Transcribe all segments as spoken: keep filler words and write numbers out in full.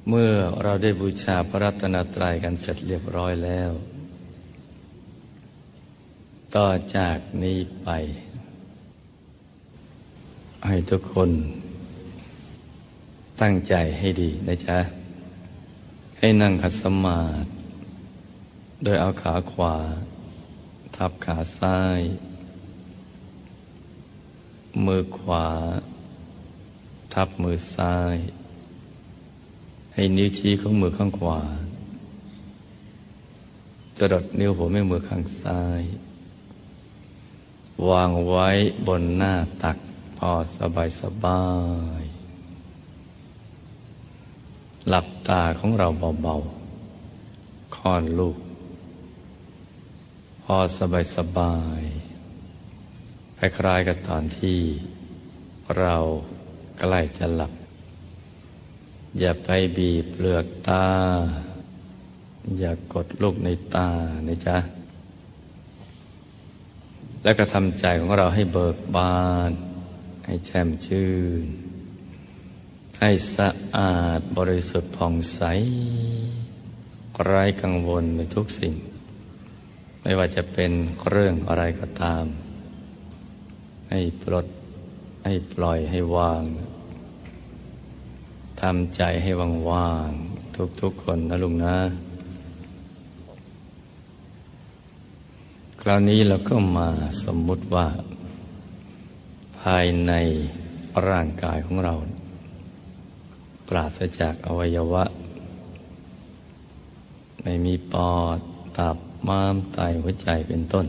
เมื่อเราได้บูชาพระรัตนตรัยกันเสร็จเรียบร้อยแล้วต่อจากนี้ไปให้ทุกคนตั้งใจให้ดีนะจ๊ะให้นั่งขัดสมาธิโดยเอาขาขวาทับขาซ้ายมือขวาทับมือซ้ายให้นิ้วชี้ของมือข้างขวาจรดนิ้วหัวแม่มือข้างซ้ายวางไว้บนหน้าตักพอสบายสบายหลับตาของเราเบาๆค่อนลูกพอสบายสบายคล้ายๆกับตอนที่เราใกล้จะหลับอย่าไปบีบเปลือกตาอย่ากดลูกในตานะจ๊ะแล้วก็ทำใจของเราให้เบิกบานให้แช่มชื่นให้สะอาดบริสุทธิ์ผ่องใสไร้กังวลในทุกสิ่งไม่ว่าจะเป็นเรื่องอะไรก็ตามให้ปลดให้ปล่อยให้วางทำใจให้ว่างๆทุกๆคนนะลุงนะคราวนี้เราก็มาสมมุติว่าภายในร่างกายของเราปราศจากอวัยวะไม่มีปอดตับม้ามไตหัวใจเป็นต้น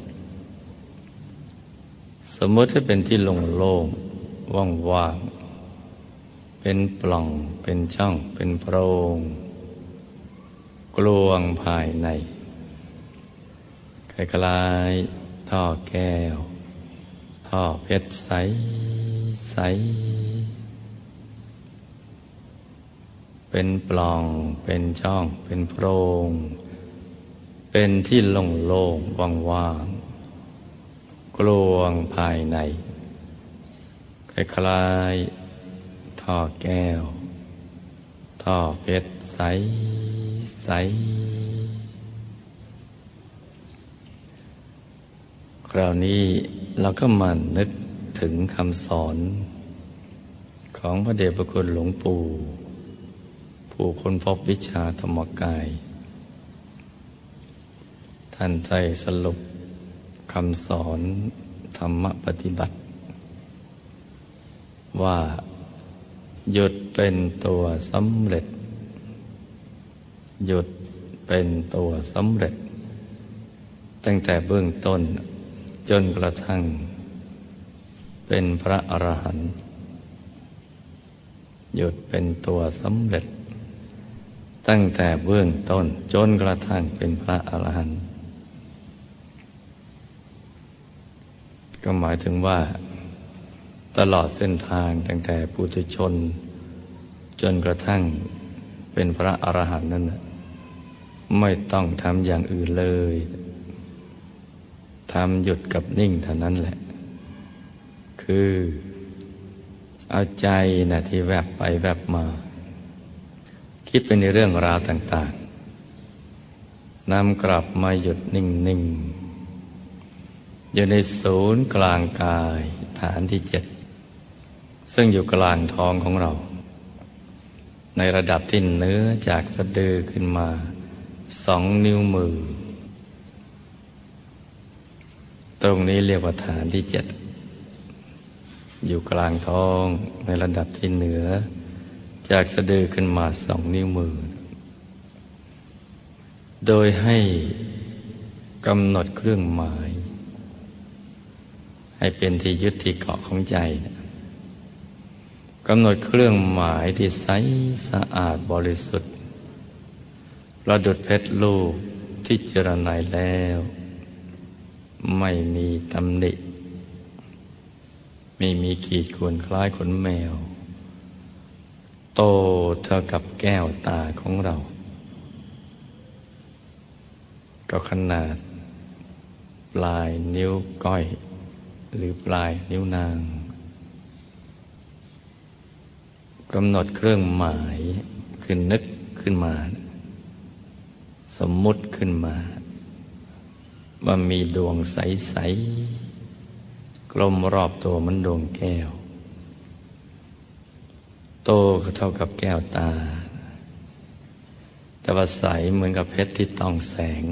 สมมติให้เป็นที่โล่งๆว่างๆเป็นปล่องเป็นช่องเป็นโพรงกลวงภายในคล้ายๆท่อแก้วท่อเพชรใสใสเป็นปล่องเป็นช่องเป็นโพรงเป็นที่โล่งๆว่างๆกลวงภายในคล้ายๆท่อแก้วท่อเพชรใสใสคราวนี้เราก็มานึกถึงคำสอนของพระเดชพระคุณหลวงปู่ผู้ค้นพบวิชาธรรมกายท่านใจสรุปคำสอนธรรมปฏิบัติว่าหยุดเป็นตัวสำเร็จหยุดเป็นตัวสำเร็จตั้งแต่เบื้องต้นจนกระทั่งเป็นพระอรหันต์หยุดเป็นตัวสำเร็จตั้งแต่เบื้องต้นจนกระทั่งเป็นพระอรหันต์ก็หมายถึงว่าตลอดเส้นทางตั้งแต่ปุถุชนจนกระทั่งเป็นพระอรหันต์นั้นไม่ต้องทำอย่างอื่นเลยทำหยุดกับนิ่งเท่านั้นแหละคือเอาใจนะที่แวบไปแวบมาคิดไปในเรื่องราวต่างๆนำกลับมาหยุดนิ่งๆอยู่ในศูนย์กลางกายฐานที่เจ็ดซึ่งอยู่กลางท้องของเราในระดับที่เหนือจากสะดือขึ้นมาสองนิ้วมือตรงนี้เรียกว่าฐานที่เจ็ดอยู่กลางท้องในระดับที่เหนือจากสะดือขึ้นมาสองนิ้วมือโดยให้กำหนดเครื่องหมายให้เป็นที่ยึดที่เกาะของใจนะกำหนดเครื่องหมายที่ใสสะอาดบริสุทธิ์ประดุจเพชรลูกที่เจรไนแล้วไม่มีตำหนิไม่มีขีดข่วนคล้ายขนแมวโตเท่ากับแก้วตาของเราก็ขนาดปลายนิ้วก้อยหรือปลายนิ้วนางกำหนดเครื่องหมายคือนึกขึ้นมาสมมุติขึ้นมาว่ามีดวงใสๆกลมรอบตัวเหมือนดวงแก้วโตเท่ากับแก้วตาแต่ว่าใสเหมือนกับเพชรที่ต้องแสง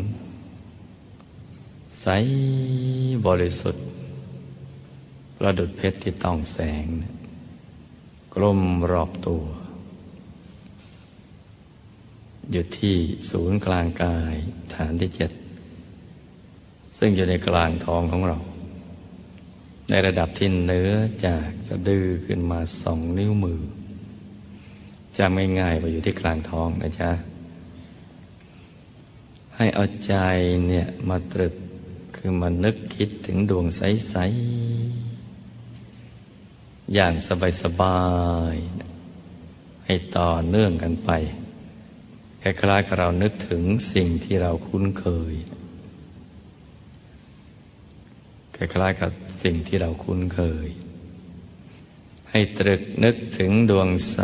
ใสบริสุทธิ์ประดุจเพชรที่ต้องแสงกลมรอบตัวอยู่ที่ศูนย์กลางกายฐานที่เจ็ดซึ่งอยู่ในกลางท้องของเราในระดับที่เหนือจากสะดือขึ้นมาสองนิ้วมือจำง่ายๆว่าอยู่ที่กลางท้องนะจ๊ะให้เอาใจเนี่ยมาตรึกคือมานึกคิดถึงดวงใสๆอย่างสบายๆให้ต่อเนื่องกันไปคล้ายๆกับเรานึกถึงสิ่งที่เราคุ้นเคยคล้ายๆกับสิ่งที่เราคุ้นเคยให้ตรึกนึกถึงดวงใส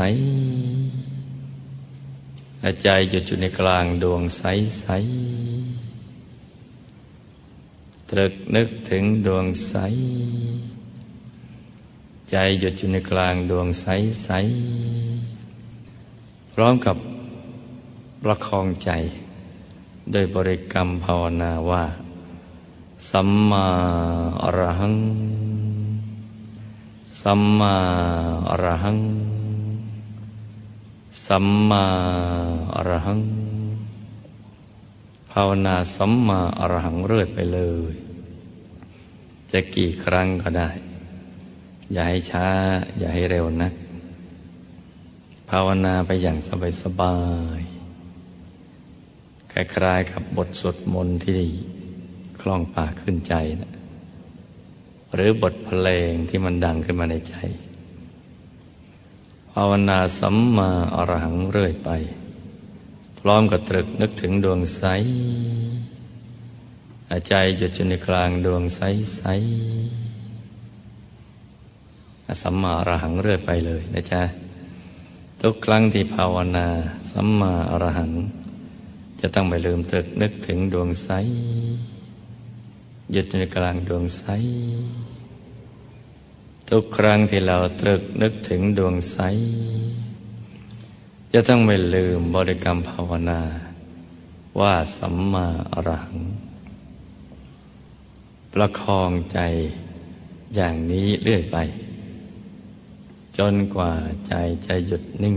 ใจหยุดอยู่ในกลางดวงใสๆตรึกนึกถึงดวงใสใจหยุดอยู่ในกลางดวงใสๆพร้อมกับประคองใจโดยบริกรรมภาวนาว่าสัมมาอรหังสัมมาอรหังสัมมาอรหังภาวนาสัมมาอรหังเรื่อยไปเลยจะกี่ครั้งก็ได้อย่าให้ช้าอย่าให้เร็วนักภาวนาไปอย่างสบายๆคล้ายๆกับบทสวดมนต์ที่คล่องปากขึ้นใจนะหรือบทเพลงที่มันดังขึ้นมาในใจภาวนาสัมมาอรหังเรื่อยไปพร้อมกับตรึกนึกถึงดวงใสใจหยุดอยู่ในกลางดวงใสใสสัมมาอรหังเรื่อยไปเลยนะจ๊ะทุกครั้งที่ภาวนาสัมมาอรหังจะต้องไม่ลืมตรึกนึกถึงดวงใสหยุดอยู่ในกลางดวงใสทุกครั้งที่เราตรึกนึกถึงดวงใสจะต้องไม่ลืมบริกรรมภาวนาว่าสัมมาอรหังประคองใจอย่างนี้เรื่อยไปจนกว่าใจจะหยุดนิ่ง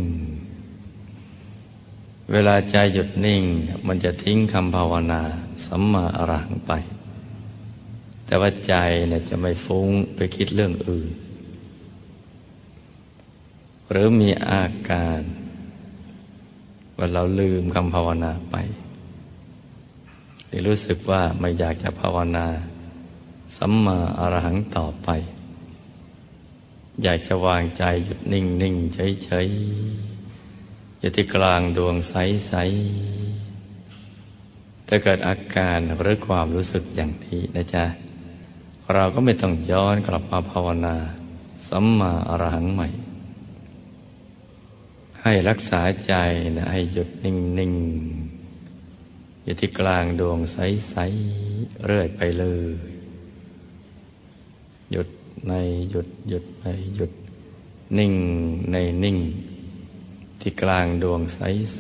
เวลาใจหยุดนิ่งมันจะทิ้งคำภาวนาสัมมาอรหังไปแต่ว่าใจเนี่ยจะไม่ฟุ้งไปคิดเรื่องอื่นหรือมีอาการว่าเราลืมคำภาวนาไปหรือรู้สึกว่าไม่อยากจะภาวนาสัมมาอรหังต่อไปอยากจะวางใจหยุดนิ่งนิ่งเฉยเฉยอยู่ที่กลางดวงใสใสถ้าเกิดอาการหรือความรู้สึกอย่างนี้นะจ๊ะเราก็ไม่ต้องย้อนกลับมาภาวนาสัมมาอรหังใหม่ให้รักษาใจนะให้หยุดนิ่งนิ่งอยู่ที่กลางดวงใสใสเรื่อยไปเลยหยุดในหยุดหยุดในหยุดนิ่งในนิ่งที่กลางดวงใสใส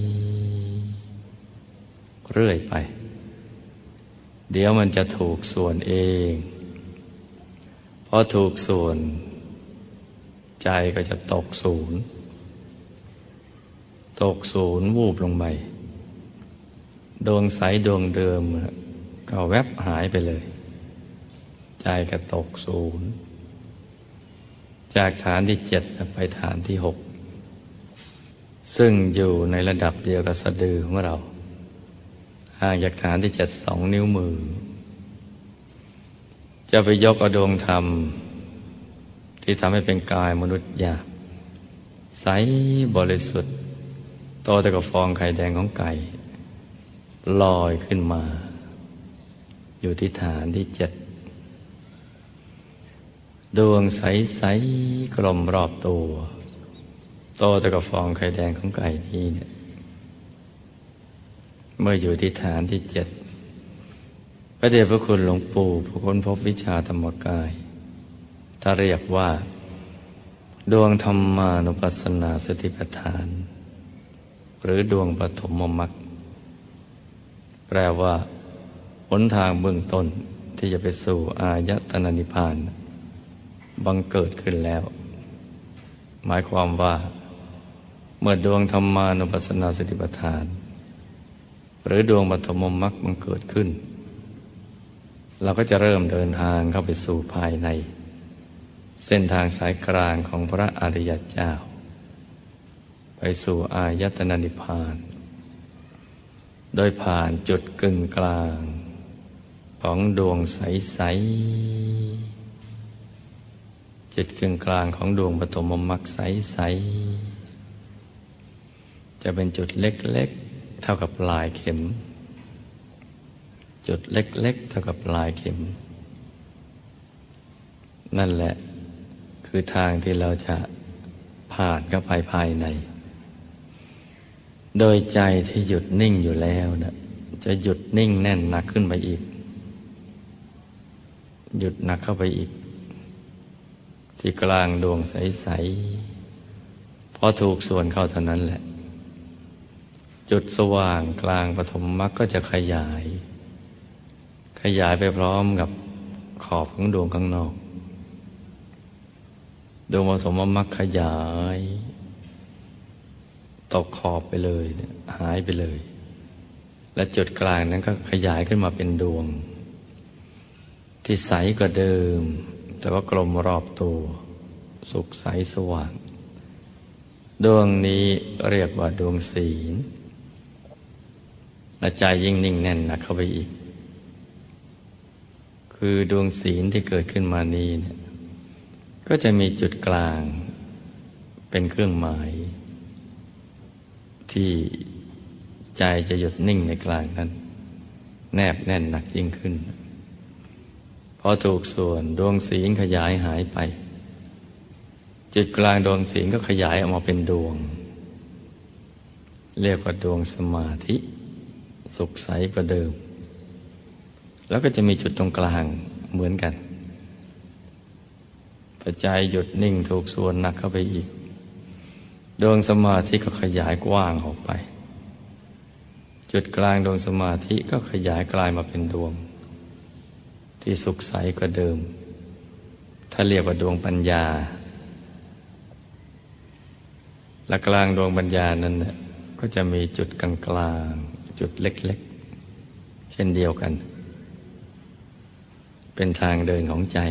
เรื่อยไปเดี๋ยวมันจะถูกส่วนเองพอถูกส่วนใจก็จะตกศูนย์ตกศูนย์วูบลงไปดวงใสดวงเดิมก็แวบหายไปเลยใจก็ตกศูนย์จากฐานที่เจ็ดไปฐานที่หกซึ่งอยู่ในระดับเดียวกับสะดือของเราห่างจากฐานที่เจ็ดสองนิ้วมือจะไปยกเอาดวงธรรมที่ทำให้เป็นกายมนุษย์หยาบใสบริสุทธิ์โตแต่กับฟองไข่แดงของไก่ลอยขึ้นมาอยู่ที่ฐานที่เจ็ดดวงใสๆกลมรอบตัวโตแต่กับฟองไข่แดงของไก่นี้เนี่ยเมื่ออยู่ที่ฐานที่เจ็ดพระเดชพระคุณหลวงปู่ผู้ค้นพบวิชาธรรมกายถ้าเรียกว่าดวงธรรมานุปัสสนาสติปัฏฐานหรือดวงปฐมมรรคแปลว่าหนทางเบื้องต้นที่จะไปสู่อายตนะนิพพานบังเกิดขึ้นแล้วหมายความว่าเมื่อดวงธรรมานุปัสสนาสติปัฏฐานหรือดวงปฐมมรรคบังเกิดขึ้นเราก็จะเริ่มเดินทางเข้าไปสู่ภายในเส้นทางสายกลางของพระอริยเจ้าไปสู่อายตนะนิพพานโดยผ่านจุดกึ่งกลางของดวงใสๆจุดกึ่งกลางของดวงปฐมมรรคใสๆจะเป็นจุดเล็กๆเท่ากับปลายเข็มจุดเล็กๆเท่ากับปลายเข็มนั่นแหละคือทางที่เราจะผ่านเข้าไปภายในโดยใจที่หยุดนิ่งอยู่แล้วนะจะหยุดนิ่งแน่นหนักขึ้นไปอีกหยุดหนักเข้าไปอีกที่กลางดวงใสๆพอถูกส่วนเข้าเท่านั้นแหละจุดสว่างกลางปฐมมรรคก็จะขยายขยายไปพร้อมกับขอบของดวงข้างนอกดวงปฐมมรรคขยายตกขอบไปเลยหายไปเลยและจุดกลางนั้นก็ขยายขึ้นมาเป็นดวงที่ใสกว่าเดิมแต่ว่ากลมรอบตัวสุขใสสว่างดวงนี้เรียกว่าดวงศีลและใจยิ่งนิ่งแน่นหนักเข้าไปอีกคือดวงศีลที่เกิดขึ้นมานี้เนี่ยก็จะมีจุดกลางเป็นเครื่องหมายที่ใจจะหยุดนิ่งในกลางนั้นแนบแน่นหนักยิ่งขึ้นพอถูกส่วนดวงศีลขยายหายไปจุดกลางดวงศีลก็ขยายออกมาเป็นดวงเรียกว่าดวงสมาธิสุขใสกว่าเดิมแล้วก็จะมีจุดตรงกลางเหมือนกันพอใจหยุดนิ่งถูกส่วนหนักเข้าไปอีกดวงสมาธิก็ขยายกว้างออกไปจุดกลางดวงสมาธิก็ขยายกลายมาเป็นดวงที่สุขใสกว่าเดิมถ้าเรียกว่าดวงปัญญาและกลางดวงปัญญานั้นก็จะมีจุดกลางกลางจุดเล็กๆเช่นเดียวกันเป็นทางเดินของใจ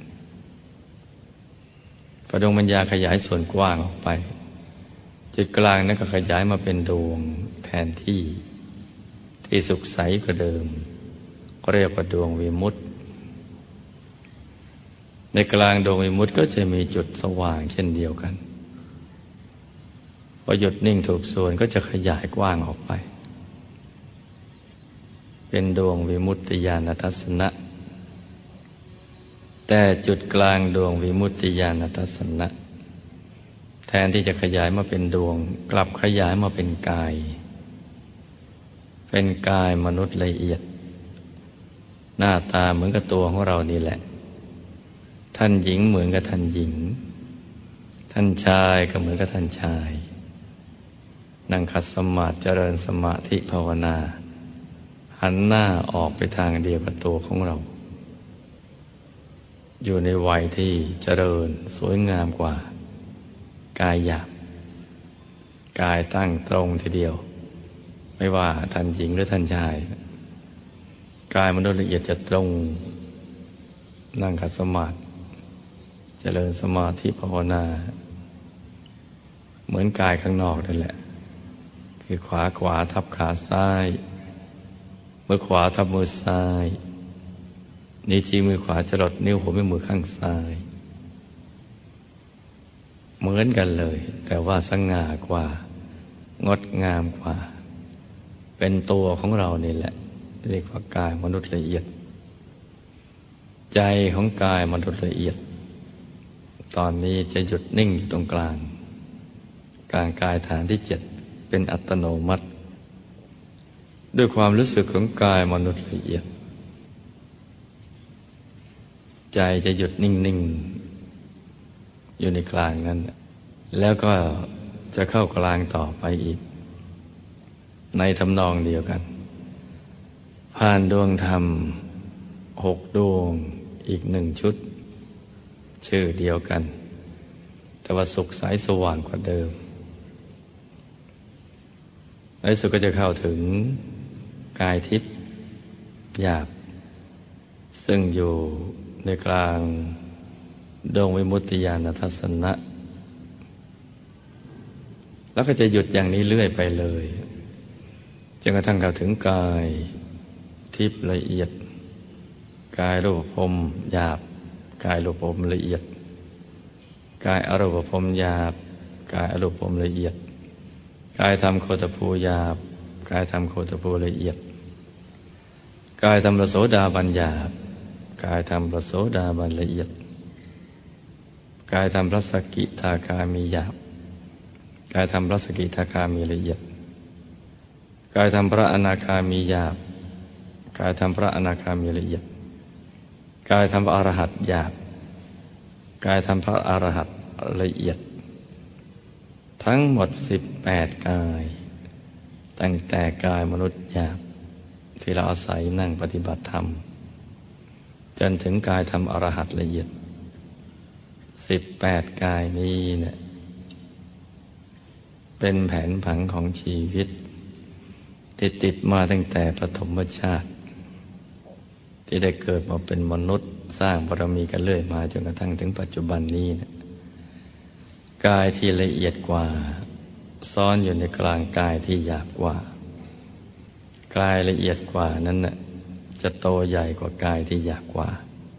พอดวงปัญญาขยายส่วนกว้างออกไปจุดกลางนั้นก็ขยายมาเป็นดวงแทนที่ที่สุขใสกว่าเดิมก็เรียกว่าดวงวิมุตติในกลางดวงวิมุตติก็จะมีจุดสว่างเช่นเดียวกันพอหยุดนิ่งถูกส่วนก็จะขยายกว้างออกไปเป็นดวงวิมุตติญาณทัศนะแต่จุดกลางดวงวิมุตติญาณทัศนะแทนที่จะขยายมาเป็นดวงกลับขยายมาเป็นกายเป็นกายมนุษย์ละเอียดหน้าตาเหมือนกับตัวของเรานี่แหละท่านหญิงเหมือนกับท่านหญิงท่านชายก็เหมือนกับท่านชายนั่งขัดสมาธิเจริญสมาธิภาวนาหันหน้าออกไปทางเดียวกับตัวของเราอยู่ในวัยที่เจริญสวยงามกว่ากายหยาบกายตั้งตรงทีเดียวไม่ว่าท่านหญิงหรือท่านชายกายมนุษย์ละเอียดจะตรงนั่งขัดสมาธิเจริญสมาธิภาวนาเหมือนกายข้างนอกนั่นแหละคือขวาขวาทับขาซ้ายมือขวาทับมือซ้ายนิ้วชี้มือขวาจรดนิ้วหัวแม่มือข้างซ้ายเหมือนกันเลยแต่ว่าสง่ากว่างดงามกว่าเป็นตัวของเรานี่แหละเรียกว่ากายมนุษย์ละเอียดใจของกายมนุษย์ละเอียดตอนนี้จะหยุดนิ่งอยู่ตรงกลางกลางกายฐานที่เจ็ดเป็นอัตโนมัติด้วยความรู้สึกของกายมนุษย์ละเอียดใจจะหยุดนิ่งๆอยู่ในกลางนั้นแล้วก็จะเข้ากลางต่อไปอีกในทำนองเดียวกันผ่านดวงธรรมหกดวงอีกหนึ่งชุดชื่อเดียวกันแต่ว่าสุขใสสว่างกว่าเดิมในสุดก็จะเข้าถึงกายทิพย์หยาบซึ่งอยู่ในกลางดวงวิมุตติญาณทัศนะแล้วก็จะหยุดอย่างนี้เรื่อยไปเลยจนกระทั่งเข้าถึงกายทิพย์ละเอียดกายรูปภพหยาบกายรูปภพละเอียดกายอรูปภพหยาบกายอรูปภพละเอียดกายธรรมโคตภูหยาบกายธรรมโคตภูละเอียดกายธรรมประโสดาบันหยาบกายธรรมประโสดาบันละเอียดกายธรรมพระสกิทาคามีหยาบกายธรรมพระสกิทาคามีละเอียดกายธรรมพระอนาคามีหยาบกายธรรมพระอนาคามีละเอียดกายธรรมพระอรหัตหยาบกายธรรมพระอรหัตละเอียดทั้งหมดสิบแปดกายตั้งแต่กายมนุษย์หยาบที่เราอาศัยนั่งปฏิบัติธรรมจนถึงกายธรรมอรหัตละเอียดสิบแปดกายนี้เนี่ยเป็นแผนผังของชีวิตที่ติดมาตั้งแต่ปฐมชาติที่ได้เกิดมาเป็นมนุษย์สร้างบารมีกันเรื่อยมาจนกระทั่งถึงปัจจุบันนี้เนี่ยกายที่ละเอียดกว่าซ่อนอยู่ในกลางกายที่หยาบกว่ากายละเอียดกว่านั้นน่ะจะโตใหญ่กว่ากายที่หยาบกว่า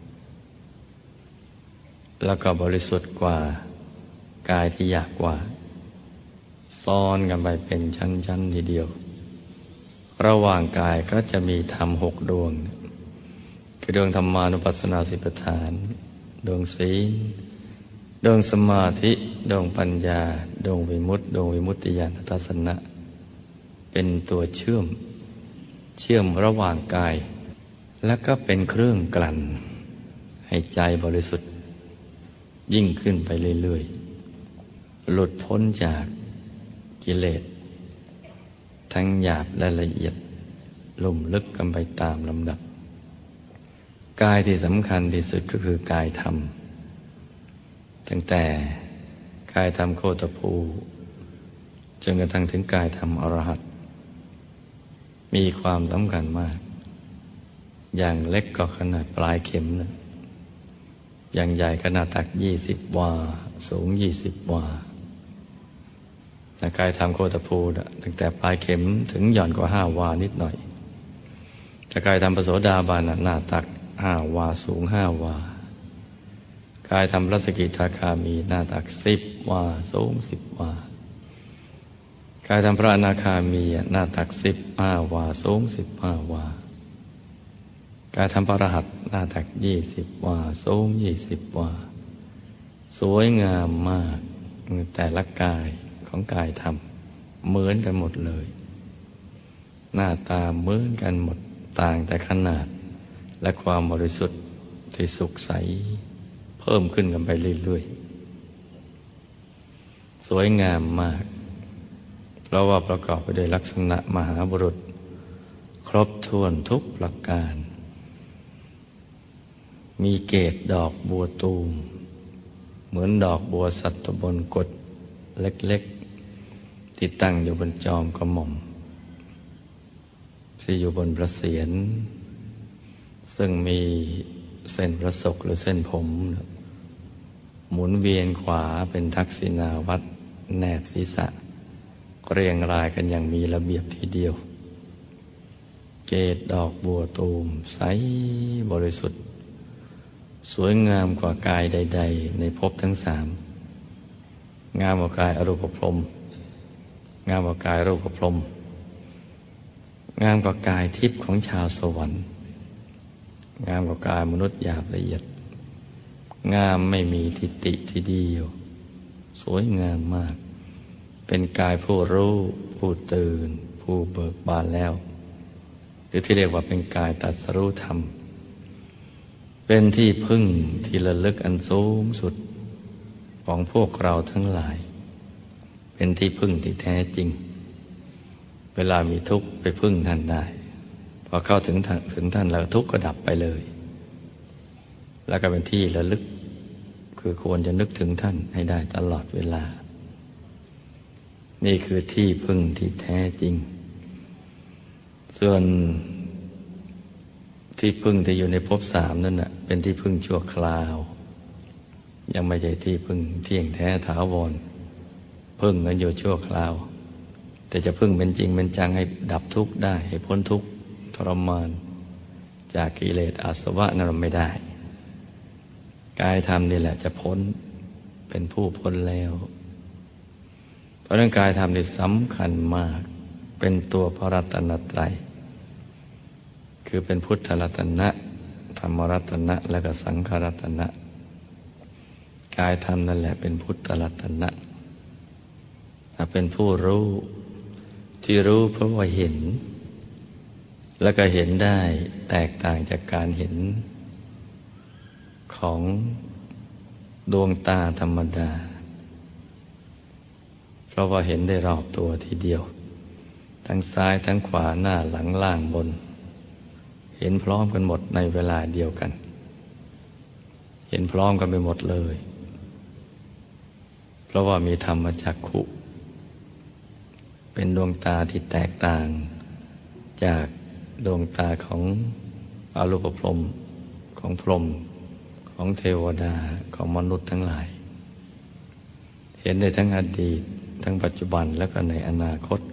แล้วก็บริสุทธิ์กว่ากายที่หยาบกว่าซ่อนกันไปเป็นชั้นๆทีเดียวระหว่างกายก็จะมีธรรมหกดวงคือดวงธรรมานุปัสสนาสิบฐานดวงศีลดวงสมาธิดวงปัญญาดวงวิมุตติดวงวิมุตติญาณทัศนะเป็นตัวเชื่อมเชื่อมระหว่างกายและก็เป็นเครื่องกลั่นให้ใจบริสุทธิ์ยิ่งขึ้นไปเรื่อยๆหลุดพ้นจากกิเลสทั้งหยาบและละเอียดลุ่มลึกกันไปตามลำดับกายที่สำคัญที่สุดก็คือกายธรรมตั้งแต่กายธรรมโคตภูจนกระทั่งถึงกายธรรมอรหัตมีความสำคัญมากอย่างเล็กก็ขนาดปลายเข็มนะอย่างใหญ่ขนาดตักยี่สิบวาสูงยี่สิบวาแต่กายธรรมโคตภูนะตั้งแต่ปลายเข็มถึงหย่อนกว่าห้าวานิดหน่อยแต่กายธรรมปโสดาบันหน้าตักห้าวาสูงห้าวากายธรรมพระสกิทาคามีหน้าตักสิบวาสูงสิบวากายธรรมพระอนาคามีหน้าตักสิบห้าวาสูงสิบห้าวากายธรรมพระอรหัตหน้าตักยี่สิบวาสูงยี่สิบวาสวยงามมากแต่ละกายของกายธรรมเหมือนกันหมดเลยหน้าตาเหมือนกันหมดต่างแต่ขนาดและความบริสุทธิ์ที่สุขใสเพิ่มขึ้นกันไปเรื่อยๆสวยงามมากเพราะว่าประกอบไปด้วยลักษณะมหาบุรุษครบถ้วนทุกประการมีเกศดอกบัวตูมเหมือนดอกบัวสัตบนกฎเล็กๆที่ตั้งอยู่บนจอมกระหม่อมที่อยู่บนพระเศียรซึ่งมีเส้นพระศกหรือเส้นผมหมุนเวียนขวาเป็นทักษิณาวัตรแนบศีรษะเรียงรายกันอย่างมีระเบียบทีเดียวเกศดอกบัวตูมใสบริสุทธิ์สวยงามกว่ากายใดๆในภพทั้งสามงามกว่ากายอรูปพรหมงามกว่ากายรูปพรหมงามกว่ากายทิพย์ของชาวสวรรค์งามกว่ากายมนุษย์หยาบละเอียดงามไม่มีทิฏฐิทีเดียวสวยงามมากเป็นกายผู้รู้ผู้ตื่นผู้เบิกบานแล้วหรือที่เรียกว่าเป็นกายตรัสรู้ธรรมเป็นที่พึ่งที่ระลึกอันสูงสุดของพวกเราทั้งหลายเป็นที่พึ่งที่แท้จริงเวลามีทุกข์ไปพึ่งท่านได้พอเข้าถึงถึงท่านแล้วทุกข์ก็ดับไปเลยแล้วก็เป็นที่ระลึกคือควรจะนึกถึงท่านให้ได้ตลอดเวลานี่คือที่พึ่งที่แท้จริงส่วนที่พึ่งที่อยู่ในภพสามนั่นน่ะเป็นที่พึ่งชั่วคราวยังไม่ใช่ที่พึ่งเที่ยงแท้ถาวรพึ่งกันอยู่ชั่วคราวแต่จะพึ่งเป็นจริงเป็นจังให้ดับทุกข์ได้ให้พ้นทุกข์ทรมานจากกิเลสอาสวะนั้นไม่ได้กายธรรมนี่แหละจะพ้นเป็นผู้พ้นแล้วเพราะนั้นกายธรรมนี่สำคัญมากเป็นตัวพระรัตนตรัยคือเป็นพุทธรัตนะธรรมรัตนะและก็สังฆรัตนะกายธรรมนั่นแหละเป็นพุทธรัตนะถ้าเป็นผู้รู้ที่รู้เพราะว่าเห็นแล้วก็เห็นได้แตกต่างจากการเห็นของดวงตาธรรมดาเพราะว่าเห็นได้รอบตัวทีเดียวทั้งซ้ายทั้งขวาหน้าหลังล่างบนเห็นพร้อมกันหมดในเวลาเดียวกันเห็นพร้อมกันไปหมดเลยเพราะว่ามีธรรมจักขุเป็นดวงตาที่แตกต่างจากดวงตาของอรูปพรหมของพรหมของเทวดาของมนุษย์ทั้งหลายเห็นได้ทั้งอดีตทั้งปัจจุบันแล้วก็ในอนาคต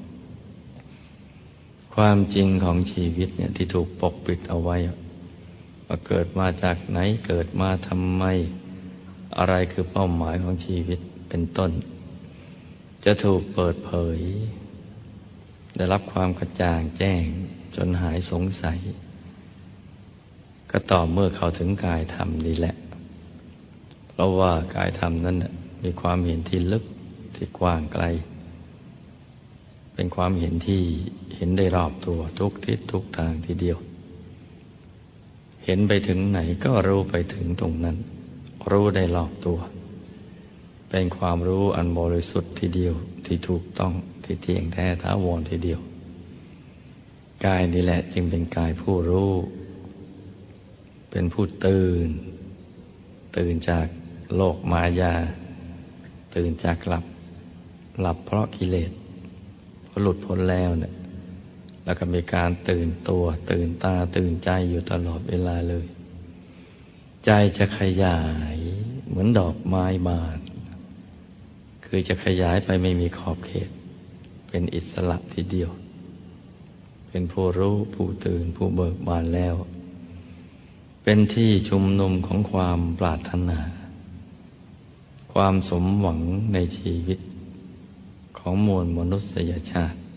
ความจริงของชีวิตเนี่ยที่ถูกปกปิดเอาไว้ว่าเกิดมาจากไหนเกิดมาทำไมอะไรคือเป้าหมายของชีวิตเป็นต้นจะถูกเปิดเผยได้รับความกระจ่างแจ้งจนหายสงสัยก็ต่อเมื่อเข้าถึงกายธรรมนี่แหละเพราะว่ากายธรรมนั้นมีความเห็นที่ลึกที่กว้างไกลเป็นความเห็นที่เห็นได้รอบตัวทุกทิศทุกทางทีเดียวเห็นไปถึงไหนก็รู้ไปถึงตรงนั้นรู้ได้รอบตัวเป็นความรู้อันบริสุทธิ์ทีเดียวที่ถูกต้องที่เที่ยงแท้ถาวรทีเดียวกายนี่แหละจึงเป็นกายผู้รู้เป็นผู้ตื่นตื่นจากโลกมายาตื่นจากหลับหลับเพราะกิเลสพอหลุดพ้นแล้วเนี่ยแล้วก็มีการตื่นตัวตื่นตาตื่นใจอยู่ตลอดเวลาเลยใจจะขยายเหมือนดอกไม้บานคือจะขยายไปไม่มีขอบเขตเป็นอิสระทีเดียวเป็นผู้รู้ผู้ตื่นผู้เบิกบานแล้วเป็นที่ชุมนุมของความปรารถนาความสมหวังในชีวิตของมวลมนุษยชาติ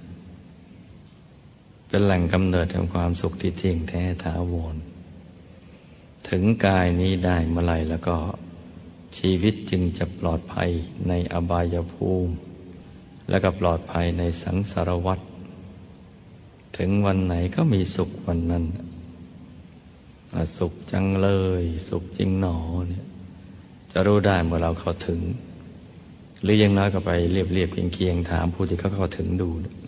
เป็นแหล่งกำเนิดแห่งความสุขที่เที่ยงแท้ถาวรถึงกายนี้ได้เมื่อไหร่แล้วก็ชีวิตจึงจะปลอดภัยในอบายภูมิและก็ปลอดภัยในสังสารวัฏถึงวันไหนก็มีสุขวันนั้นสุขจังเลยสุขจริงหนอเนี่ยจะรู้ได้เมื่อเราเข้าถึงหรือยังน้อยก็ไปเรียบๆเคียงๆถามผู้ที่เขาเข้าถึงดู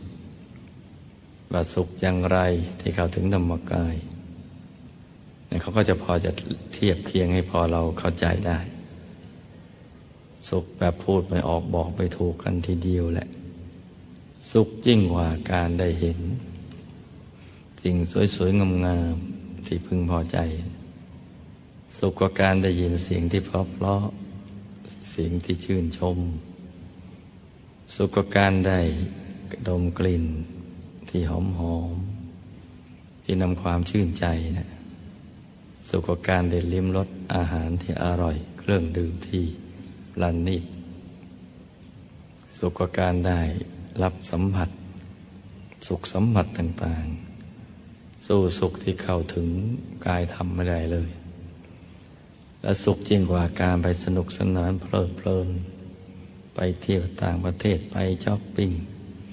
ว่าสุขอย่างไรที่เข้าถึงธรรมกายเนี่ยเขาก็จะพอจะเทียบเคียงให้พอเราเข้าใจได้สุขแบบพูดไม่ออกบอกไม่ถูกกันทีเดียวแหละสุขยิ่งกว่าการได้เห็นสิ่งสวยๆงามๆที่พึงพอใจสุขกว่าการได้ยินเสียงที่เพราะๆเสียงที่ชื่นชมสุขกว่าการได้ดมกลิ่นที่หอมๆที่นำความชื่นใจนะสุขกว่าการได้ลิ้มรสอาหารที่อร่อยเครื่องดื่มที่ประณีตสุขกว่าการได้รับสัมผัสสุขสัมผัสต่างๆสู้สุขที่เข้าถึงกายธรรมไม่ได้เลยและสุขยิ่งกว่าการไปสนุกสนานเพลิดเพลินไปเที่ยวต่างประเทศไปช้อปปิ้งไป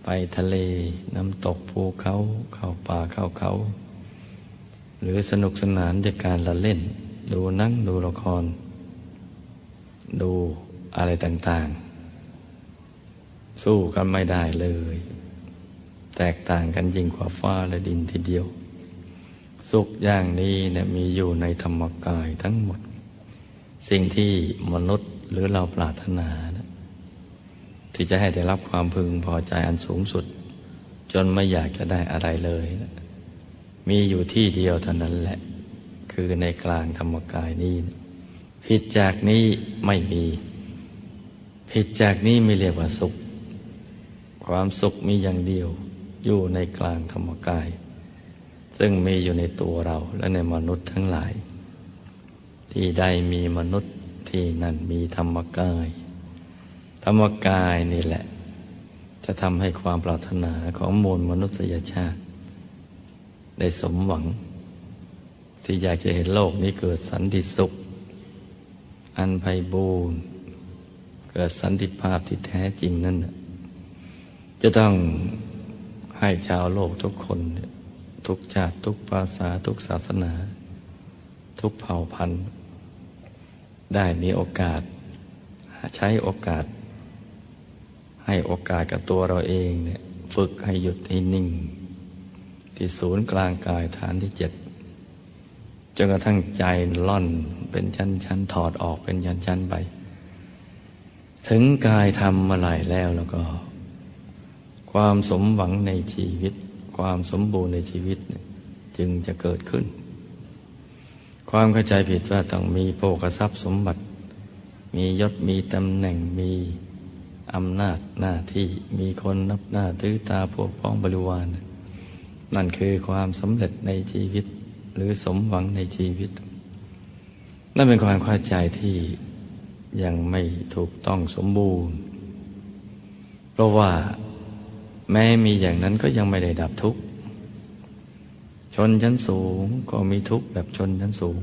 ไปทะเลน้ำตกภูเขาเข้าป่าเข้าเขาหรือสนุกสนานจากการละเล่นดูหนังดูละครดูอะไรต่างๆสู้กันไม่ได้เลยแตกต่างกันยิ่งกว่าฟ้าและดินทีเดียวสุขอย่างนี้เนี่ยมีอยู่ในธรรมกายทั้งหมดสิ่งที่มนุษย์หรือเราปรารถนานะที่จะให้ได้รับความพึงพอใจอันสูงสุดจนไม่อยากจะได้อะไรเลยนะมีอยู่ที่เดียวเท่านั้นแหละคือในกลางธรรมกายนี้นะผิดจากนี้ไม่มีผิดจากนี้ไม่เรียกว่าสุขความสุขมีอย่างเดียวอยู่ในกลางธรรมกายซึ่งมีอยู่ในตัวเราและในมนุษย์ทั้งหลายที่ใดมีมนุษย์ที่นั่นมีธรรมกายธรรมกายนี่แหละจะทำให้ความปรารถนาของมวลมนุษยชาติได้สมหวังที่อยากจะเห็นโลกนี้เกิดสันติสุขอันไพบูรณ์เกิดสันติภาพที่แท้จริงนั่นจะต้องให้ชาวโลกทุกคนทุกชาติทุกภาษาทุกศาสนาทุกเผ่าพันธุ์ได้มีโอกาสใช้โอกาสให้โอกาสกับตัวเราเองเนี่ยฝึกให้หยุดให้นิ่งที่ศูนย์กลางกายฐานที่เจ็ดจนกระทั่งใจล่อนเป็นชั้นๆถอดออกเป็นชั้นๆไปถึงกายทำมาหลายแล้วแล้วก็ความสมหวังในชีวิตความสมบูรณ์ในชีวิตจึงจะเกิดขึ้นความเข้าใจผิดว่าต้องมีโภคทรัพย์สมบัติมียศมีตำแหน่งมีอำนาจหน้าที่มีคนนับหน้าถือตาพวกพ้องบริวารนั่นคือความสำเร็จในชีวิตหรือสมหวังในชีวิตนั่นเป็นความเข้าใจที่ยังไม่ถูกต้องสมบูรณ์เพราะว่าแม้มีอย่างนั้นก็ยังไม่ได้ดับทุกข์ชนชั้นสูงก็มีทุกข์แบบชนชั้นสูง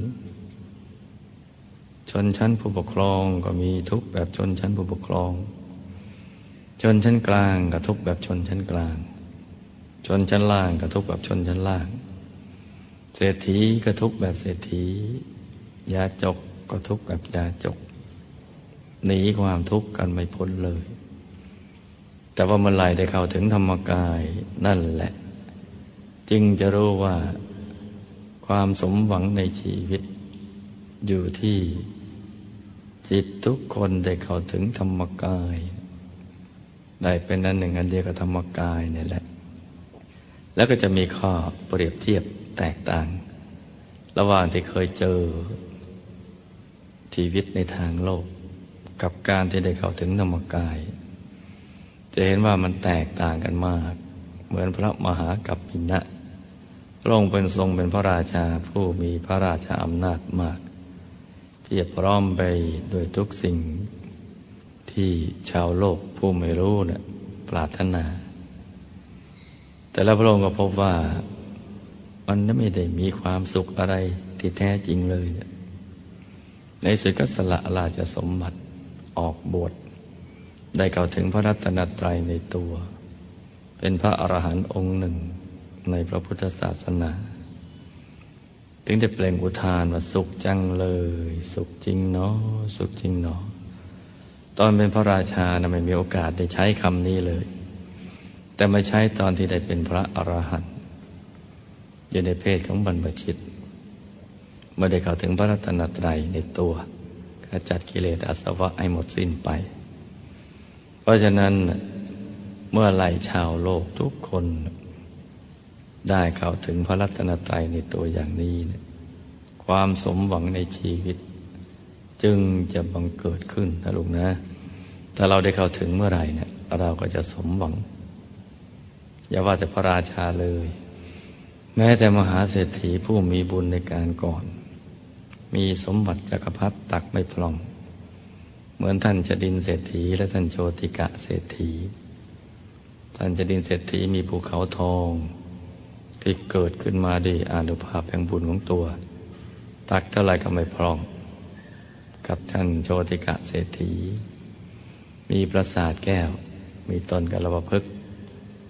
ชนชั้นผู้ปกครองก็มีทุกข์แบบชนชั้นผู้ปกครองชนชั้นกลางก็ทุกข์แบบชนชั้นกลางชนชั้นล่างก็ทุกข์แบบชนชั้นล่างเศรษฐีก็ทุกข์แบบเศรษฐียาจกก็ทุกข์แบบยาจกหนีความทุกข์กันไม่พ้นเลยแต่ว่าเมื่อไหร่ได้เข้าถึงธรรมกายนั่นแหละจึงจะรู้ว่าความสมหวังในชีวิตอยู่ที่จิตทุกคนได้เข้าถึงธรรมกายได้เป็นอันหนึ่งอันเดียวกับธรรมกายนี่แหละแล้วก็จะมีข้อเปรียบเทียบแตกต่างระหว่างที่เคยเจอชีวิตในทางโลกกับการที่ได้เข้าถึงธรรมกายจะเห็นว่ามันแตกต่างกันมากเหมือนพระมหากัปปินะพระองค์เป็นทรงเป็นพระราชาผู้มีพระราชาอำนาจมากเพียบพร้อมไปด้วยทุกสิ่งที่ชาวโลกผู้ไม่รู้น่ะปรารถนาแต่แล้วพระองค์ก็พบว่ามันไม่ได้มีความสุขอะไรที่แท้จริงเลยในสุดก็สละราชสมบัติออกบวชได้เข้าถึงพระรัตนตรัยในตัวเป็นพระอรหันต์องค์หนึ่งในพระพุทธศาสนาถึงได้เปล่งอุทานว่าสุขจังเลยสุขจริงเนาะสุขจริงเนาะตอนเป็นพระราชานะไม่มีโอกาสได้ใช้คำนี้เลยแต่มาใช้ตอนที่ได้เป็นพระอรหันต์อยู่ในเพศของบรรพชิตเมื่อได้เข้าถึงพระรัตนตรัยในตัวขจัดกิเลสอาสวะให้หมดสิ้นไปเพราะฉะนั้นเมื่อไหร่ชาวโลกทุกคนได้เข้าถึงพระรัตนตรัยในตัวอย่างนี้เนี่ยความสมหวังในชีวิตจึงจะบังเกิดขึ้นนะลูกนะถ้าเราได้เข้าถึงเมื่อไหร่เนี่ยเราก็จะสมหวังอย่าว่าแต่พระราชาเลยแม้แต่มหาเศรษฐีผู้มีบุญในการก่อนมีสมบัติจักรพรรดิตักไม่พร่องเหมือนท่านจดินเศรษฐีและท่านโชติกะเศรษฐีท่านจดินเศรษฐีมีภูเขาทองที่เกิดขึ้นมาด้วยอานุภาพแห่งบุญของตัวตักเท่าไรก็ไม่พร่องกับท่านโชติกะเศรษฐีมีปราสาทแก้วมีต้นกัลปะพฤกษ์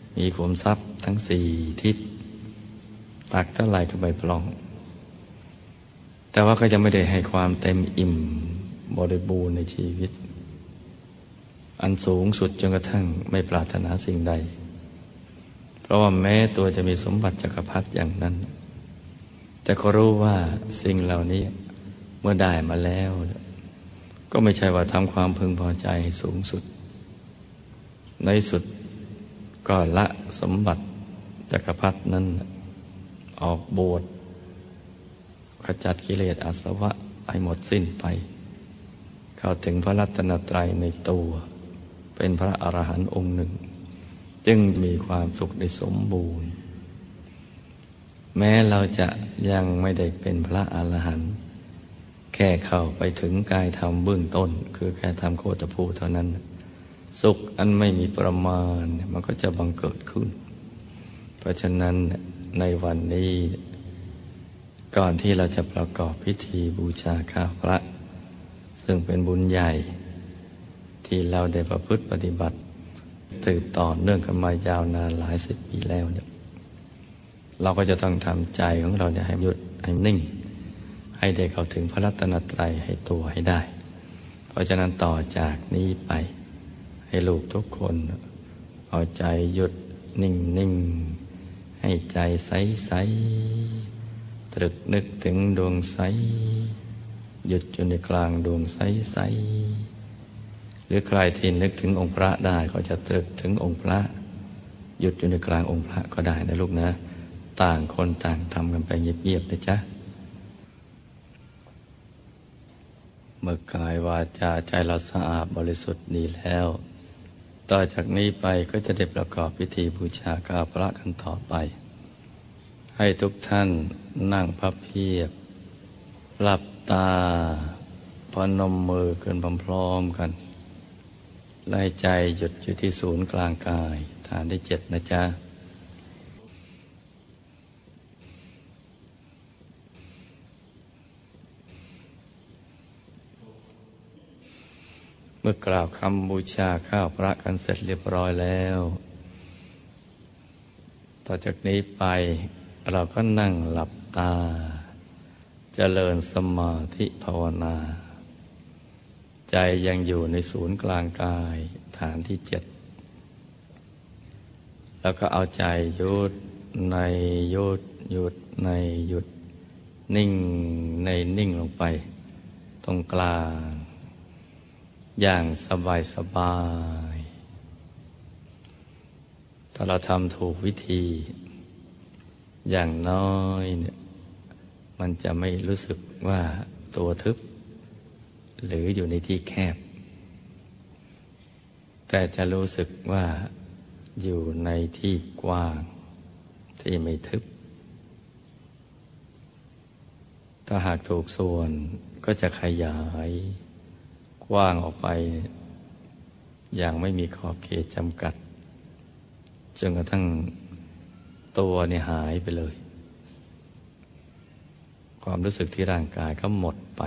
มีขุมทรัพย์ทั้งสี่ทิศตักเท่าไหร่ก็ไม่พร่องแต่ว่าก็จะไม่ได้ให้ความเต็มอิ่มบริบูรณ์ในชีวิตอันสูงสุดจนกระทั่งไม่ปรารถนาสิ่งใดเพราะว่าแม้ตัวจะมีสมบัติจักรพรรดิอย่างนั้นแต่ก็รู้ว่าสิ่งเหล่านี้เมื่อได้มาแล้วก็ไม่ใช่ว่าทำความพึงพอใจให้สูงสุดในสุดก็ละสมบัติจักรพรรดินั้นออกบวชขจัดกิเลสอาสวะให้หมดสิ้นไปเข้าถึงพระรัตนตรัยในตัวเป็นพระอรหันต์องค์หนึ่งจึงมีความสุขได้สมบูรณ์แม้เราจะยังไม่ได้เป็นพระอรหันต์แค่เข้าไปถึงกายธรรมเบื้องต้นคือแค่ทำโคตภูเท่านั้นสุขอันไม่มีประมาณมันก็จะบังเกิดขึ้นเพราะฉะนั้นในวันนี้ก่อนที่เราจะประกอบพิธีบูชาข้าพระซึ่งเป็นบุญใหญ่ที่เราได้ประพฤติปฏิบัติสืบต่อเนื่องกันมายาวนานหลายสิบปีแล้วเนี่ยเราก็จะต้องทำใจของเราเนี่ยให้หยุดให้นิ่งให้ได้เข้าถึงพระรัตนตรัยให้ตัวให้ได้เพราะฉะนั้นต่อจากนี้ไปให้ลูกทุกคนเอาใจหยุดนิ่งนิ่งให้ใจใสใสตรึกนึกถึงดวงใสหยุดอยู่ในกลางดวงใสใสหรือใครที่นึกถึงองค์พระได้ก็จะตรึกถึงองค์พระหยุดอยู่ในกลางองค์พระก็ได้นะลูกนะต่างคนต่างทำกันไปเงียบๆนะจ๊ะเมื่อกายวาจาใจเราสะอาดบริสุทธิ์ดีแล้วต่อจากนี้ไปก็จะได้ประกอบพิธีบูชาข้าพระกันต่อไปให้ทุกท่านนั่งพับเพียบหลับตาพนมมือขึ้นพร้อมๆกันและให้ใจหยุดอยู่ที่ศูนย์กลางกายฐานที่เจ็ดนะจ๊ะเมื่อกล่าวคำบูชาข้าพระกันเสร็จเรียบร้อยแล้วต่อจากนี้ไปเราก็นั่งหลับตาเจริญสมาธิภาวนาใจยังอยู่ในศูนย์กลางกายฐานที่เจ็ดแล้วก็เอาใจหยุดในหยุดหยุดในหยุดนิ่งในนิ่งลงไปตรงกลางอย่างสบายสบายถ้าเราทำถูกวิธีอย่างน้อยเนี่ยมันจะไม่รู้สึกว่าตัวทึบหรืออยู่ในที่แคบแต่จะรู้สึกว่าอยู่ในที่กว้างที่ไม่ทึบถ้าหากถูกส่วนก็จะขยายกว้างออกไปอย่างไม่มีขอบเขตจำกัดจนกระทั่งตัวเนี่ยหายไปเลยความรู้สึกที่ร่างกายก็หมดไป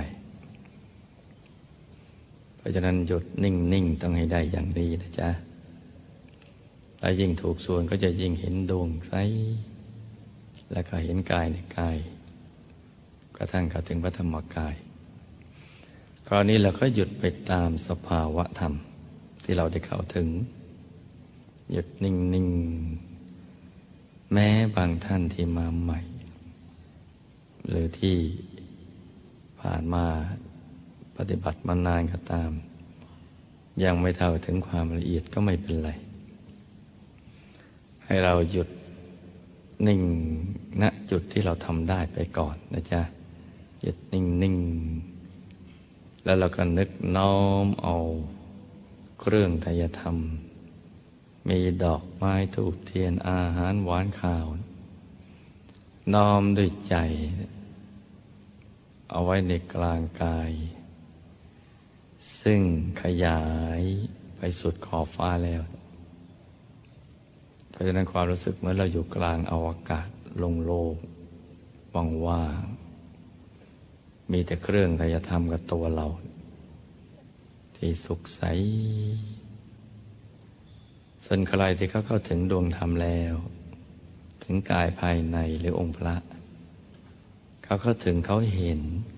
เพราะฉะนั้นหยุดนิ่งๆต้องให้ได้อย่างนี้นะจ๊ะและยิ่งถูกส่วนก็จะยิ่งเห็นดวงใสและก็เห็นกายในกายกระทั่งเข้าถึงพระธรรมกายคราวนี้เราก็หยุดไปตามสภาวะธรรมที่เราได้เข้าถึงหยุดนิ่งๆแม้บางท่านที่มาใหม่หรือที่ผ่านมาปฏิบัติมานานก็ตามยังไม่เท่าถึงความละเอียดก็ไม่เป็นไรให้เราหยุดนิ่งณจุดที่เราทำได้ไปก่อนนะจ๊ะหยุดนิ่งๆแล้วเราก็นึกน้อมเอาเครื่องไตรธรรมมีดอกไม้ธูปเทียนอาหารหวานข้าวน้อมด้วยใจเอาไว้ในกลางกายซึ่งขยายไปสุดขอบฟ้าแล้วเพราะฉะนั้นความรู้สึกเหมือนเราอยู่กลางอวกาศโล่งๆว่างๆมีแต่เครื่องไตรธรรมกับตัวเราที่สุขใสส่วนใครที่เขาเข้าถึงดวงธรรมแล้วถึงกายภายในหรือองค์พระเขาเข้าถึงเขาเห็น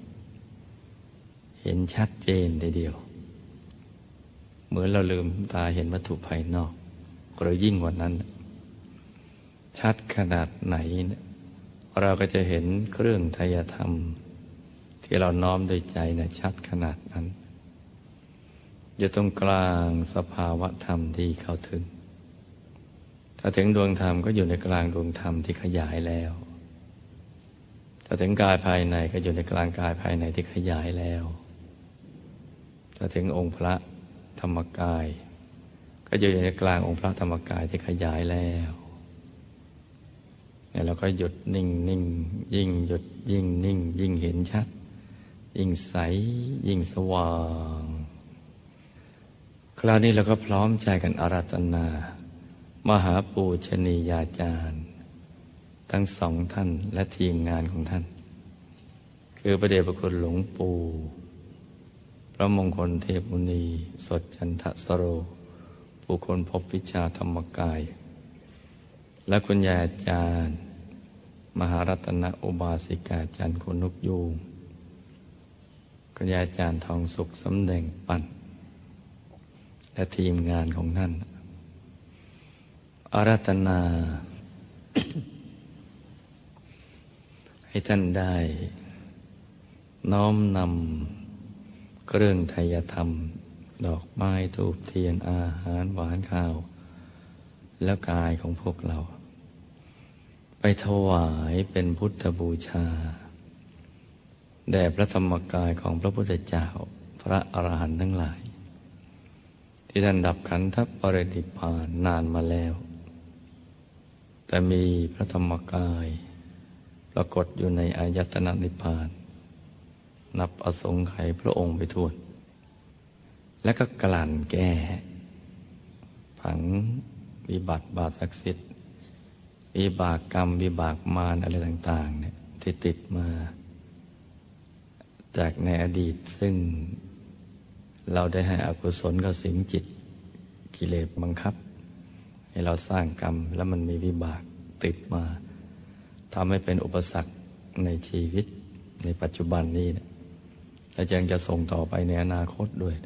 เห็นชัดเจนทีเดียวเหมือนเราลืมตาเห็นวัตถุภายนอกหรือยิ่งกว่านั้นชัดขนาดไหนเราก็จะเห็นเครื่องไทยธรรมที่เราน้อมด้วยใจนะชัดขนาดนั้นอยู่ตรงกลางสภาวะธรรมที่เข้าถึงถ้าถึงดวงธรรมก็อยู่ในกลางดวงธรรมที่ขยายแล้วถ้าถึงกายภายในก็อยู่ในกลางกายภายในที่ขยายแล้วถ้าถึงองค์พระธรรมกายก็อยู่ในกลางองค์พระธรรมกายที่ขยายแล้วเนี่ยเราก็หยุดนิ่งนิ่งยิ่งหยุดยิ่งนิ่งยิ่งเห็นชัดยิ่งใสยิ่งสว่างคราวนี้เราก็พร้อมใจกันอาราธนามหาปูชนียาจารย์ทั้งสองท่านและทีมงานของท่านคือพระเดชพระคุณหลวงปู่พระมงคลเทพมุนีสดจันทสโรผู้คนพบวิชาธรรมกายและคุณยายอาจารย์มหารัตนอุบาสิกาจันทร์คนนกยูงคุณยายอาจารย์ทองสุขสำแดงปั่นและทีมงานของท่านอาราธนา ให้ท่านได้น้อมนำเครื่องไทยธรรมดอกไม้ธูปเทียนอาหารหวานข้าวแล้วกายของพวกเราไปถวายเป็นพุทธบูชาแด่พระธรรมกายของพระพุทธเจ้าพระอรหันต์ทั้งหลายที่ท่านดับขันธปรินิพพานนานมาแล้วแต่มีพระธรรมกายปรากฏอยู่ในอายตนะนิพพานนับอสงไขยพระองค์ไปทั่วและก็กลั่นแก้ผังวิบัติบาปศักดิ์สิทธิ์วิบากกรรมวิบากมารอะไรต่างๆเนี่ยที่ติดมาจากในอดีตซึ่งเราได้ให้อกุศลเข้าสิงจิตกิเลสบังคับให้เราสร้างกรรมแล้วมันมีวิบากติดมาทำให้เป็นอุปสรรคในชีวิตในปัจจุบันนี้นะและยังจะส่งต่อไปในอนาคตด้วย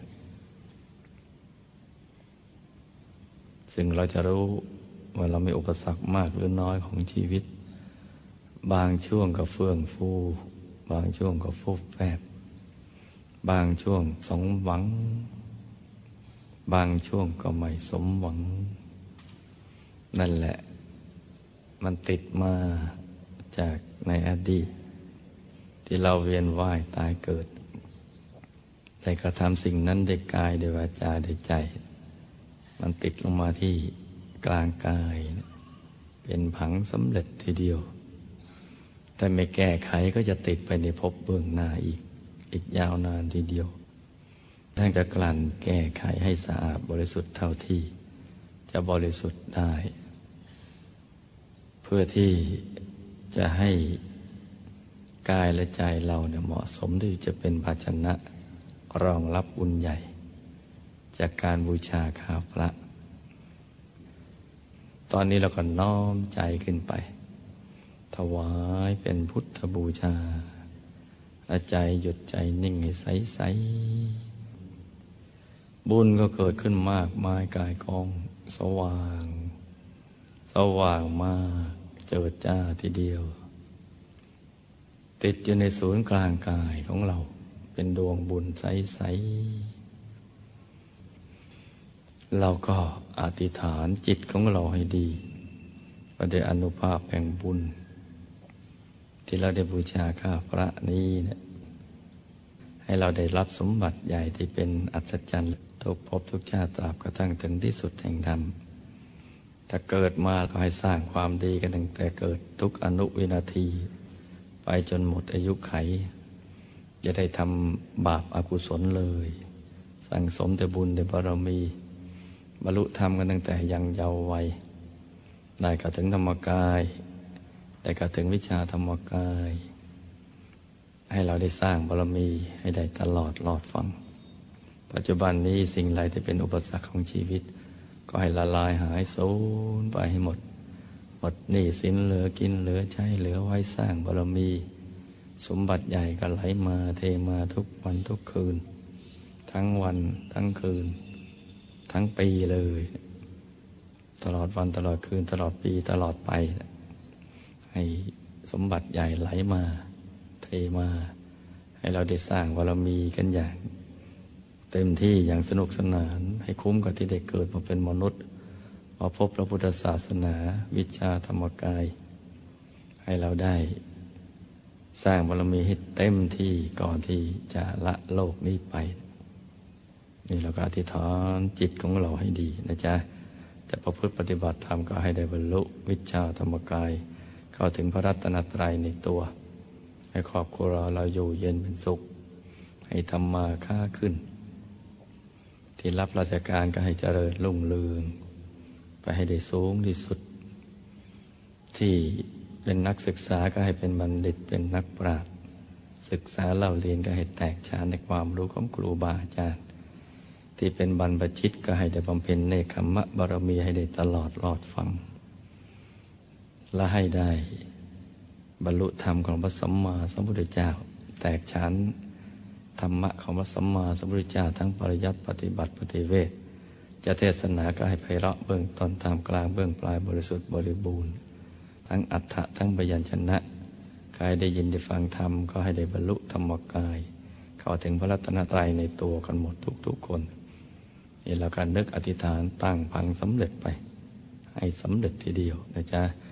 ซึ่งเราจะรู้ว่าเรามีอุปสรรคมากหรือน้อยของชีวิตบางช่วงก็เฟื่องฟูบางช่วงก็ฟุบแฟบบางช่วงสมหวังบางช่วงก็ไม่สมหวังนั่นแหละมันติดมาจากในอดีตที่เราเวียนว่ายตายเกิดแต่กระทำสิ่งนั้นด้วยกายด้วยวาจาด้วยใจมันติดลงมาที่กลางกายเป็นผังสำเร็จทีเดียวแต่ไม่แก้ไขก็จะติดไปในภพเบื้องหน้าอีกอีกยาวนานทีเดียวท่านก็กลั่นแก้ไขให้สะอาดบริสุทธิ์เท่าที่จะบริสุทธิ์ได้เพื่อที่จะให้กายและใจเราเนี่ยเหมาะสมที่จะเป็นภาชนะรองรับบุญใหญ่จากการบูชาข้าวพระตอนนี้เราก็น้อมใจขึ้นไปถวายเป็นพุทธบูชาและใจหยุดใจนิ่งให้ใสๆบุญก็เกิดขึ้นมากมายกายกองสว่างสว่างมากเจิดจ้าทีเดียวติดอยู่ในศูนย์กลางกายของเราเป็นดวงบุญใสๆเราก็อธิษฐานจิตของเราให้ดีว่าด้วยอานุภาพแห่งบุญที่เราได้บูชาข้าพระนี้เนี่ยให้เราได้รับสมบัติใหญ่ที่เป็นอัศจรรย์ทุกภพทุกชาติตราบกระทั่งถึงที่สุดแห่งธรรมถ้าเกิดมาก็ให้สร้างความดีกันตั้งแต่เกิดทุกอนุวินาทีไปจนหมดอายุไขจะได้ทำบาปอกุศลเลยสั่งสมแต่บุญแต่บารมีบรรลุธรรมกันตั้งแต่ยังเยาว์วัยได้เข้าถึงธรรมกายได้เข้าถึงวิชาธรรมกายให้เราได้สร้างบารมีให้ได้ตลอดหลอดฟังปัจจุบันนี้สิ่งใดที่เป็นอุปสรรคของชีวิตก็ให้ละลายหายสูญไปให้หมดหมดหนี้สินเหลือกินเหลือใช้เหลือไว้สร้างบารมีสมบัติใหญ่ก็ไหลมาเทมาทุกวันทุกคืนทั้งวันทั้งคืนทั้งปีเลยตลอดวันตลอดคืนตลอดปีตลอดไปให้สมบัติใหญ่ไหลมาเทมาให้เราได้สร้างบารมีกันอย่างเต็มที่อย่างสนุกสนานให้คุ้มกับที่ได้เกิดมาเป็นมนุษย์มาพบพระพุทธศาสนาวิชาธรรมกายให้เราได้สร้างบารมีให้เต็มที่ก่อนที่จะละโลกนี้ไปนี่เราก็อธิษฐานจิตของเราให้ดีนะจ๊ะจะประพฤติปฏิบัติธรรมก็ให้ได้บรรลุวิชาธรรมกายเข้าถึงพระรัตนตรัยในตัวให้ครอบครัวเราเราอยู่เย็นเป็นสุขให้ทำมาค้าขึ้นที่รับราชการก็ให้เจริญรุ่งเรืองไปให้ได้สูงที่สุดที่เป็นนักศึกษาก็ให้เป็นบัณฑิตเป็นนักปราชญ์ศึกษาเล่าเรียนก็ให้แตกฉานในความรู้ของครูบาอาจารย์ที่เป็นบรรพชิตก็ให้ได้บำเพ็ญเนกขัมมะบารมีให้ได้ตลอดรอดฟังและให้ได้บรรลุธรรมของพระสัมมาสัมพุทธเจ้าแตกฉานธรรมะของพระสัมมาสัมพุทธเจ้าทั้งปริยัติปฏิบัติปฏิเวทจะเทศนาก็ให้ไพเราะเบื้องต้นตามกลางเบื้องปลายบริสุทธิ์บริบูรณ์ทั้งอัฏฐะทั้งพยัญชนะใครได้ยินได้ฟังธรรมก็ให้ได้บรรลุธรรมกายเข้าถึงพระรัตนตรัยในตัวกันหมดทุกๆคนนี่เราการนึกอธิษฐานตั้งพังสำเร็จไปให้สำเร็จทีเดียวนะจ๊ะ